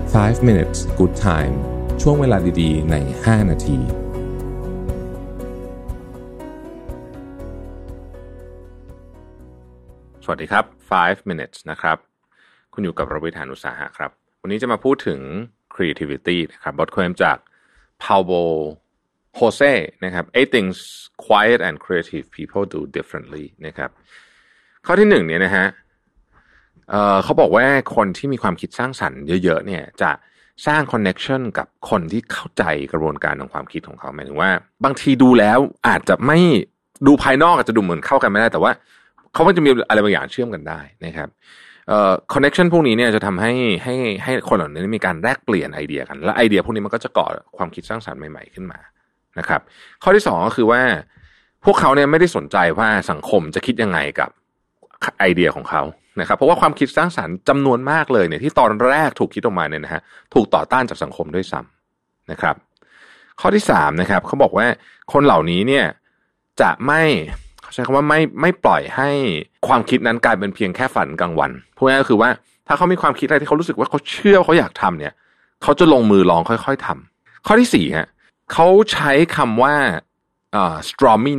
5 minutes good time ช่วงเวลาดีๆใน5นาทีสวัสดีครับ5 minutes นะครับคุณอยู่กับรวิทย์ หาญอุตสาหะครับวันนี้จะมาพูดถึง creativity นะครับบทความจาก Paulo Jose นะครับ 8 things quiet and creative people do differently นะครับข้อที่1เนี่ยนะฮะเขาบอกว่าคนที่มีความคิดสร้างสรรค์เยอะๆเนี่ยจะสร้างคอนเนคชั่นกับคนที่เข้าใจกระบวนการของความคิดของเขาหมายถึงว่าบางทีดูแล้วอาจจะไม่ดูภายนอกอาจจะดูเหมือนเข้ากันไม่ได้แต่ว่าเขาก็จะมีอะไรบางอย่างเชื่อมกันได้นะครับคอนเนคชั่นพวกนี้เนี่ยจะทำให้คนเหล่านี้มีการแลกเปลี่ยนไอเดียกันและไอเดียพวกนี้มันก็จะก่อความคิดสร้างสรรค์ใหม่ๆขึ้นมานะครับข้อที่2ก็คือว่าพวกเขาเนี่ยไม่ได้สนใจว่าสังคมจะคิดยังไงกับไอเดียของเขานะครับเพราะว่าความคิดสร้างสรรค์จำนวนมากเลยเนี่ยที่ตอนแรกถูกคิดออกมาเนี่ยนะฮะถูกต่อต้านจากสังคมด้วยซ้ำนะครับข้อที่3นะครับเขาบอกว่าคนเหล่านี้เนี่ยจะไม่ใช้คำว่าไม่ปล่อยให้ความคิดนั้นกลายเป็นเพียงแค่ฝันกลางวันพูดง่ายๆก็คือว่าถ้าเขามีความคิดอะไรที่เขารู้สึกว่าเขาเชื่อเขาอยากทำเนี่ยเขาจะลงมือลองค่อยๆทำข้อที่4ฮะเขาใช้คำว่าstormy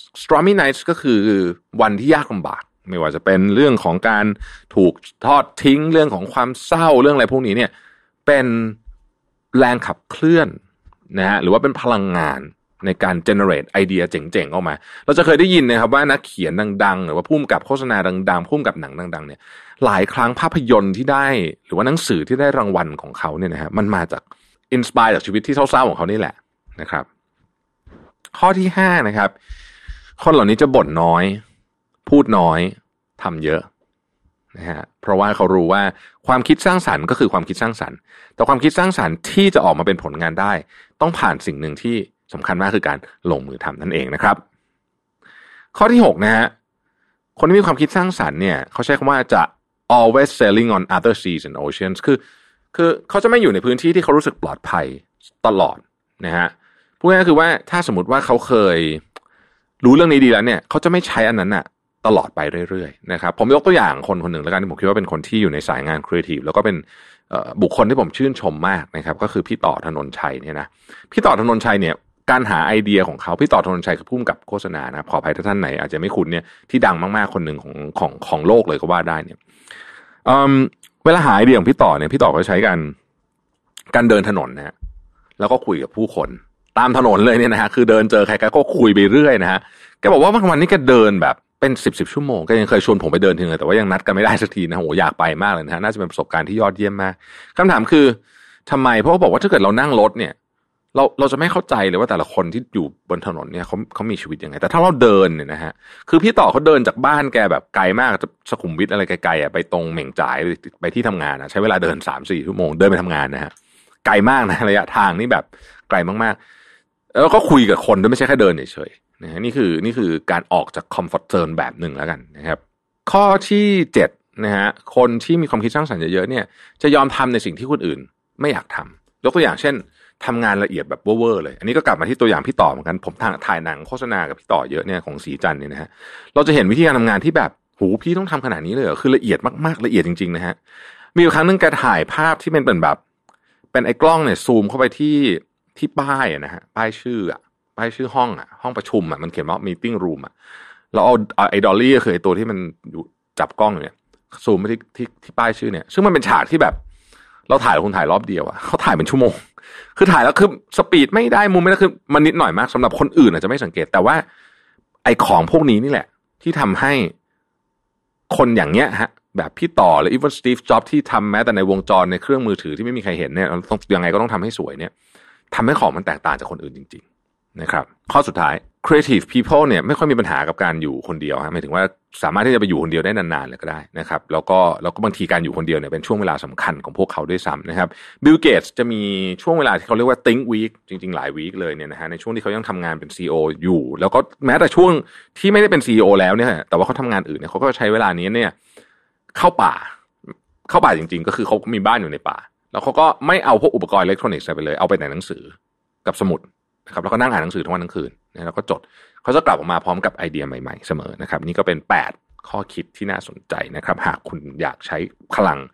nights ก็คือวันที่ยากลำบากไม่ว่าจะเป็นเรื่องของการถูกทอดทิ้งเรื่องของความเศร้าเรื่องอะไรพวกนี้เนี่ยเป็นแรงขับเคลื่อนนะฮะหรือว่าเป็นพลังงานในการ generate ไอเดียเจ๋งๆออกมาเราจะเคยได้ยินนะครับว่านักเขียนดังๆหรือว่าผู้กำกับโฆษณาดังๆผู้กำกับหนังดังๆเนี่ยหลายครั้งภาพยนตร์ที่ได้หรือว่าหนังสือที่ได้รางวัลของเขาเนี่ยนะฮะมันมาจากอินสไปร์จากชีวิตที่เศร้าๆของเขานี่แหละนะครับข้อที่5นะครับคนเหล่านี้จะบ่นน้อยพูดน้อยทำเยอะนะฮะเพราะว่าเขารู้ว่าความคิดสร้างสรรค์ก็คือความคิดสร้างสรรค์แต่ความคิดสร้างสรรค์ที่จะออกมาเป็นผลงานได้ต้องผ่านสิ่งหนึ่งที่สำคัญมากคือการลงมือทำนั่นเองนะครับข้อที่6นะฮะคนที่มีความคิดสร้างสรรค์เนี่ยเขาใช้คำว่าจะ always sailing on other seas and oceans คือเขาจะไม่อยู่ในพื้นที่ที่เขารู้สึกปลอดภัยตลอดนะฮะพูดง่ายๆคือว่าถ้าสมมติว่าเขาเคยรู้เรื่องนี้ดีแล้วเนี่ยเขาจะไม่ใช้อันนั้นน่ะตลอดไปเรื่อยๆนะครับผมยกตัวอย่างคนคนหนึ่งแล้วกันที่ผมคิดว่าเป็นคนที่อยู่ในสายงานครีเอทีฟแล้วก็เป็นบุคคลที่ผมชื่นชมมากนะครับก็คือพี่ต่อธนนชัยเนี่ยนะพี่ต่อธนนชัยเนี่ยการหาไอเดียของเขาพี่ต่อธนนชัยคือผู้กำกับโฆษณานะขออภัยถ้าท่านไหนอาจจะไม่คุ้นเนี่ยที่ดังมากๆคนหนึ่งของโลกเลยก็ว่าได้เนี่ยเวลาหาไอเดียของพี่ต่อเนี่ยพี่ต่อก็ใช้การเดินถนนนะฮะแล้วก็คุยกับผู้คนตามถนนเลยเนี่ยนะฮะคือเดินเจอใครก็คุยไปเรื่อยนะฮะแกบอกว่าบางวันนี้แกเดินแบบเป็น10ชั่วโมงก็ยังเคยชวนผมไปเดินทีนึงแต่ว่ายังนัดกันไม่ได้สักทีนะโหอยากไปมากเลยนะฮะน่าจะเป็นประสบการณ์ที่ยอดเยี่ยมมากคำถามคือทำไมเพราะเขาบอกว่าถ้าเกิดเรานั่งรถเนี่ยเราจะไม่เข้าใจเลยว่าแต่ละคนที่อยู่บนถนนเนี่ยเขามีชีวิตยังไงแต่ถ้าเราเดินเนี่ยนะฮะคือพี่ต่อเขาเดินจากบ้านแกแบบไกลมากสุขุมวิทอะไรไกลๆอ่ะไปตรงเหม่งจ่ายไปที่ทำงานใช้เวลาเดิน 3-4 ชั่วโมงเดินไปทำงานนะฮะไกลมากนะระยะทางนี่แบบไกลมากๆแล้วก็คุยกับคนด้วยไม่ใช่แค่เดินเฉยนะฮะนี่คือการออกจากคอมฟอร์ตโซนแบบหนึ่งแล้วกันนะครับข้อที่7นะฮะคนที่มีความคิดสร้างสรรค์เยอะๆเนี่ยจะยอมทำในสิ่งที่คนอื่นไม่อยากทำยกตัวอย่างเช่นทำงานละเอียดแบบเวอร์เลยอันนี้ก็กลับมาที่ตัวอย่างพี่ต่อเหมือนกันผมถ่ายหนังโฆษณากับพี่ต่อเยอะเนี่ยของสีจันทร์เนี่ยนะฮะเราจะเห็นวิธีการทำงานที่แบบหูพี่ต้องทำขนาดนี้เลยเหรอคือละเอียดมากๆละเอียดจริงๆนะฮะมีอยู่ครั้งนึงแกถ่ายภาพที่เป็นแบบเป็นไอ้กล้องเนี่ยซูมเข้าไปที่ป้ายนะฮะป้ายชื่อห้องประชุมมันเขียนว่า meeting room เราเอาไอ้ดอลลี่ก็คือไอ้ตัวที่มันอยู่จับกล้องอยู่เนี่ยซูมไปที่ป้ายชื่อเนี่ยซึ่งมันเป็นฉากที่แบบเราถ่ายคุณถ่ายรอบเดียวเขาถ่ายเป็นชั่วโมงคือถ่ายแล้วคือสปีดไม่ได้มุมไม่ได้คือมันนิดหน่อยมากสำหรับคนอื่นอาจจะไม่สังเกตแต่ว่าไอ้ของพวกนี้นี่แหละที่ทำให้คนอย่างเนี้ยฮะแบบพี่ต่อหรืออีเวนสตีฟจ็อบส์ที่ทำแม้แต่ในวงจรในเครื่องมือถือที่ไม่มีใครเห็นเนี่ยเราต้องยังไงก็ต้องทำให้สวยเนี่ยทำให้ของมันแตกต่างจากคนอื่นจริงๆนะครับข้อสุดท้าย creative people เนี่ยไม่ค่อยมีปัญหากับการอยู่คนเดียวหมายถึงว่าสามารถที่จะไปอยู่คนเดียวได้นานๆเลยก็ได้นะครับแล้วก็บางทีการอยู่คนเดียวเนี่ยเป็นช่วงเวลาสำคัญของพวกเขาด้วยซ้ำนะครับบิลเกตส์จะมีช่วงเวลาที่เขาเรียกว่า think week จริงๆหลายวีคเลยเนี่ยนะฮะในช่วงที่เขายังทำงานเป็น CEO อยู่แล้วก็แม้แต่ช่วงที่ไม่ได้เป็น CEO แล้วเนี่ยแต่ว่าเขาทำงานอื่นเนี่ยเขาก็ใช้เวลานี้เนี่ยเข้าป่าจริงๆก็คือเขามีบ้านอยู่ในป่าแล้วเขาก็ไม่เอาพวกอุปกรณ์อิเล็กทรอนิกส์ไปเลยเอาไปแต่หนังสือกับสมุดนะครับแล้วก็นั่งอ่านหนังสือทั้งวันทั้งคืนนะแล้วก็จดเขาจะกลับออกมาพร้อมกับไอเดียใหม่ๆเสมอนะครับนี่ก็เป็น8ข้อคิดที่น่าสนใจนะครับหากคุณอยากใช้พลัง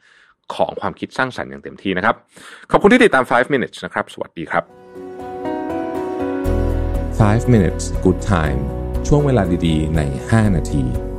ของความคิดสร้างสรรค์อย่างเต็มที่นะครับขอบคุณที่ติดตาม 5 minutes นะครับสวัสดีครับ 5 minutes good time ช่วงเวลาดีๆใน5นาที